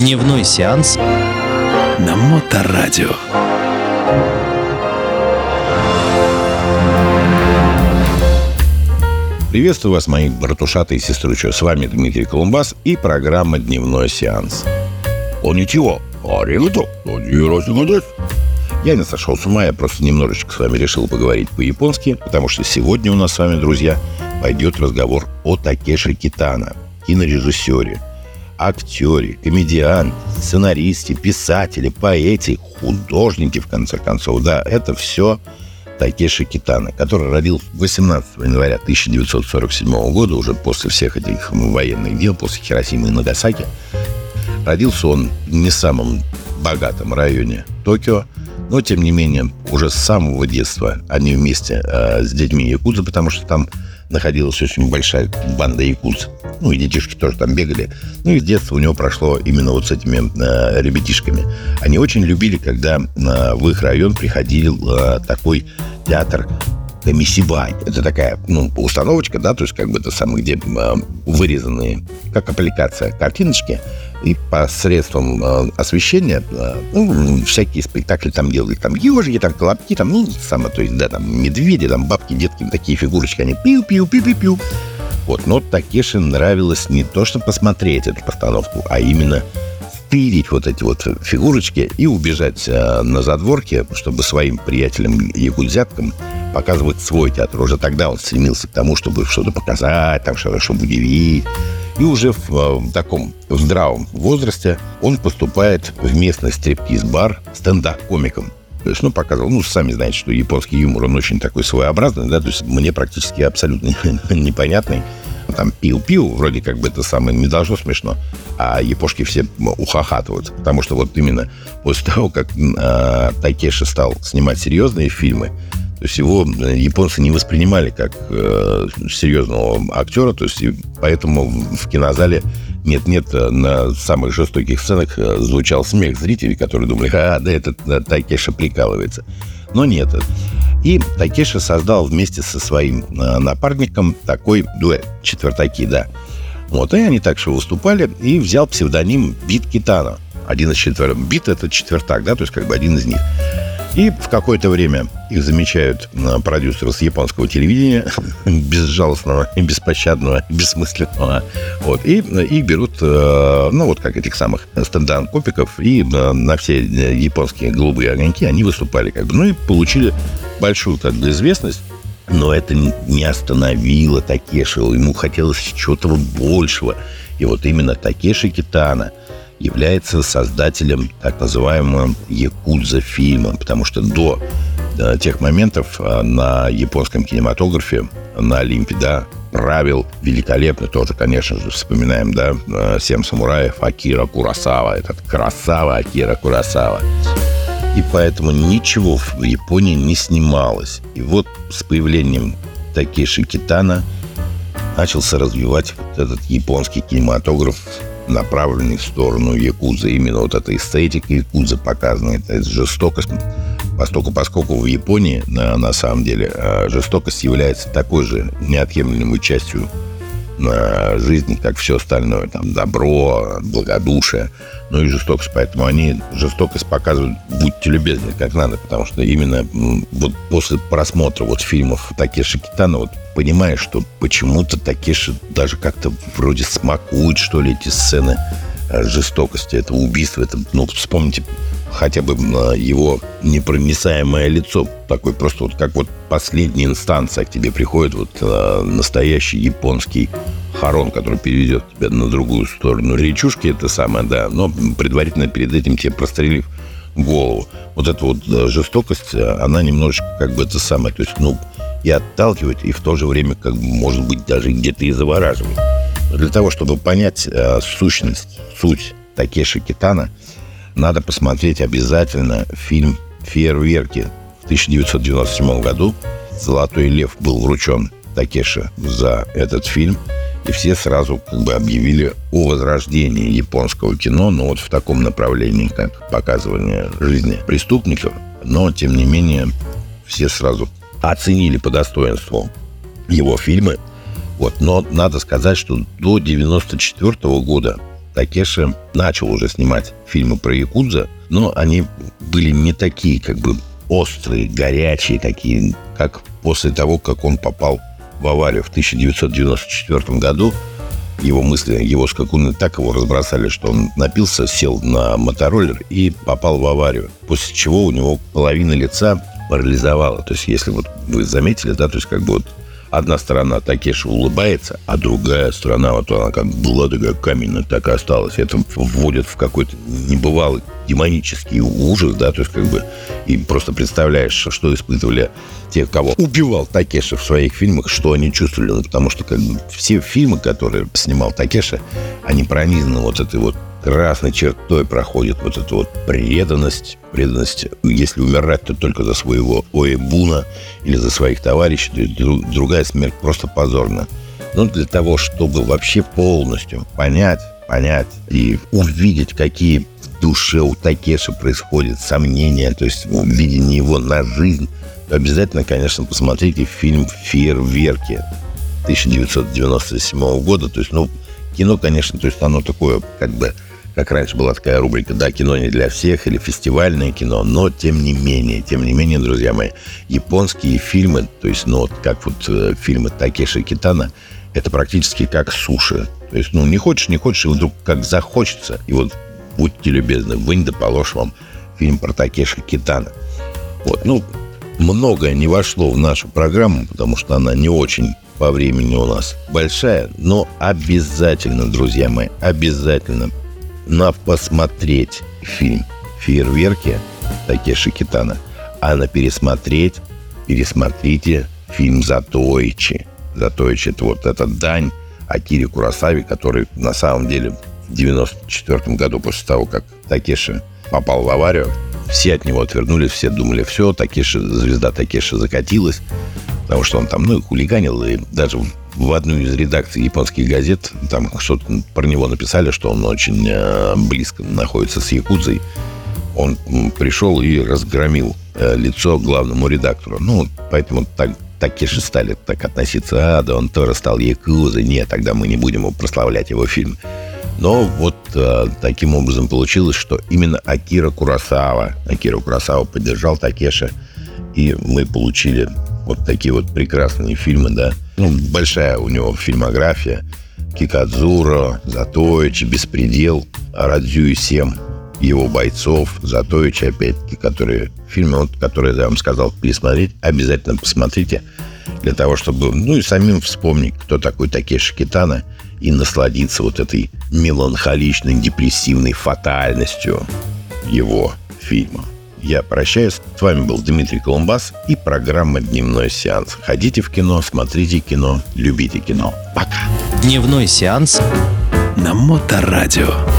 Дневной сеанс на Моторадио. Приветствую вас, мои братушаты и сестручи. С вами Дмитрий Колумбас и программа «Дневной сеанс». Конничиво. Аригато. Я не сошел с ума, я просто немножечко с вами решил поговорить по-японски, потому что сегодня у нас с вами, друзья, пойдет разговор о Такеши Китано, кинорежиссере, актере, комедианте, сценаристе, писателе, поэте, художнике, в конце концов. Да, это все Такеши Китано, который родился 18 января 1947 года, уже после всех этих военных дел, после Хиросимы и Нагасаки. Родился он не в самом богатом районе Токио, но, тем не менее, уже с самого детства они вместе с детьми якудза, потому что там находилась очень большая банда якудз. Ну, и детишки тоже там бегали. Ну, и с детства у него прошло именно вот с этими ребятишками. Они очень любили, когда в их район приходил такой театр Камисибай. Это такая, установочка, да, то есть как бы это самое, где вырезанные, как аппликация, картиночки, и посредством освещения, всякие спектакли там делали. Там ежики, там колобки, там, то есть, да, там медведи, там бабки, детки, такие фигурочки, они пиу-пиу-пиу-пиу-пиу. Вот, но Такеши нравилось не то, что посмотреть эту постановку, а именно стырить вот эти вот фигурочки и убежать на задворке, чтобы своим приятелям-якудзяткам показывать свой театр. Уже тогда он стремился к тому, чтобы что-то показать, там что-то, чтобы удивить. И уже в таком здравом возрасте он поступает в местный стриптиз-бар стендап-комиком. То есть, показывал, сами знаете, что японский юмор, он очень такой своеобразный, да, то есть мне практически абсолютно непонятный. Там пиу-пиу, вроде как бы это самое не должно смешно, а япошки все ухахатывают. Потому что вот именно после того, как Такеши стал снимать серьезные фильмы, то есть его японцы не воспринимали как серьезного актера, то есть и поэтому в кинозале нет-нет, на самых жестоких сценах звучал смех зрителей, которые думали, да, этот Такеши прикалывается. Но нет. И Такеши создал вместе со своим напарником такой дуэт, четвертаки, да. Вот, и они так же выступали, и взял псевдоним Бит Китано. Один из четверых. Бит — это четвертак, да, то есть как бы один из них. И в какое-то время их замечают продюсеры с японского телевидения, безжалостного, беспощадного, бессмысленного. Вот, и их берут, как этих самых стендап-комиков, и на все японские голубые огоньки они выступали, как бы, и получили большую, как бы, известность. Но это не остановило Такеши, ему хотелось чего-то большего. И вот именно Такеши Китано является создателем так называемого якудза-фильма, потому что до тех моментов на японском кинематографе, на Олимпе, да, правил великолепно, тоже, конечно же, вспоминаем, да, «Семь самураев», Акира Куросава, этот красава Акира Куросава. И поэтому ничего в Японии не снималось. И вот с появлением Такеши Китано начался развивать вот этот японский кинематограф, направленный в сторону якудза. Именно вот эта эстетика якудза показана, это жестокость. Поскольку в Японии, на самом деле, жестокость является такой же неотъемлемой частью жизни, как все остальное. Там добро, благодушие, и жестокость. Поэтому они жестокость показывают, будьте любезны, как надо. Потому что именно вот после просмотра вот фильмов Такеши Китано вот понимаешь, что почему-то Такеши даже как-то вроде смакует, что ли, эти сцены жестокости, этого убийства. Это, вспомните хотя бы его непроницаемое лицо. Такой просто вот как вот последняя инстанция к тебе приходит вот настоящий японский Харон, который переведет тебя на другую сторону речушки, это самое, да, но предварительно перед этим тебе прострелив голову. Вот эта вот жестокость, она немножечко как бы это самое, то есть, и отталкивает, и в то же время, как бы, может быть, даже где-то и завораживает. Но для того, чтобы понять суть Такеши Китано, надо посмотреть обязательно фильм «Фейерверки». В 1997 году «Золотой лев» был вручен Такеши за этот фильм, и все сразу как бы объявили о возрождении японского кино, вот в таком направлении, как показывание жизни преступников. Но, тем не менее, все сразу оценили по достоинству его фильмы. Но надо сказать, что до 1994 года Такеши начал уже снимать фильмы про якудза, но они были не такие, как бы острые, горячие такие, как после того, как он попал в аварию в 1994 году. Его мысли, его скакуны так его разбросали, что он напился, сел на мотороллер и попал в аварию. После чего у него половина лица парализовала. То есть, если вот вы заметили, да, то есть как бы вот одна сторона Такеши улыбается, а другая сторона, вот она как была такая каменная, так и осталась. Это вводит в какой-то небывалый демонический ужас, да, то есть как бы и просто представляешь, что испытывали те, кого убивал Такеши в своих фильмах, что они чувствовали, потому что как бы все фильмы, которые снимал Такеши, они пронизаны вот этой вот красной чертой, проходит вот эта вот преданность. Если умирать, то только за своего Оэбуна или за своих товарищей, то другая смерть просто позорна. Но для того, чтобы вообще полностью понять и увидеть, какие в душе у Такеши происходят сомнения, то есть видение его на жизнь, то обязательно, конечно, посмотрите фильм «Фейерверки» 1997 года. То есть, кино, конечно, то есть оно такое, как раньше была такая рубрика, да, кино не для всех или фестивальное кино, но тем не менее, друзья мои, японские фильмы, то есть, как фильмы Такеши Китано, это практически как суши. То есть, не хочешь, и вдруг как захочется, и вот будьте любезны, вынь да положь вам фильм про Такеши Китано. Многое не вошло в нашу программу, потому что она не очень по времени у нас большая, но обязательно, друзья мои, обязательно на посмотреть фильм «Фейерверки» Такеши Китано, а на пересмотрите фильм «Затоичи». «Затоичи» — это дань Акире Куросаве, который на самом деле в 1994 году, после того, как Такеши попал в аварию, все от него отвернулись, все думали, все, звезда Такеши закатилась, потому что он там, хулиганил, и даже в одну из редакций японских газет там что-то про него написали, что он очень близко находится с якудзой. Он пришел и разгромил лицо главному редактору. Поэтому Такеши стали так относиться. Да он тоже стал якудзой. Нет, тогда мы не будем прославлять его фильм. Но таким образом получилось, что именно Акира Куросава поддержал Такеши, и мы получили вот такие вот прекрасные фильмы, да. Большая у него фильмография. Кикадзуро, Затоичи, Беспредел, Радзю 7 его бойцов, Затоичи, опять-таки, фильмы, которые я вам сказал пересмотреть, обязательно посмотрите, для того, чтобы, и самим вспомнить, кто такой Такеши Китано, и насладиться вот этой меланхоличной, депрессивной фатальностью его фильма. Я прощаюсь. С вами был Дмитрий Колумбас и программа «Дневной сеанс». Ходите в кино, смотрите кино, любите кино. Пока. Дневной сеанс на Моторадио.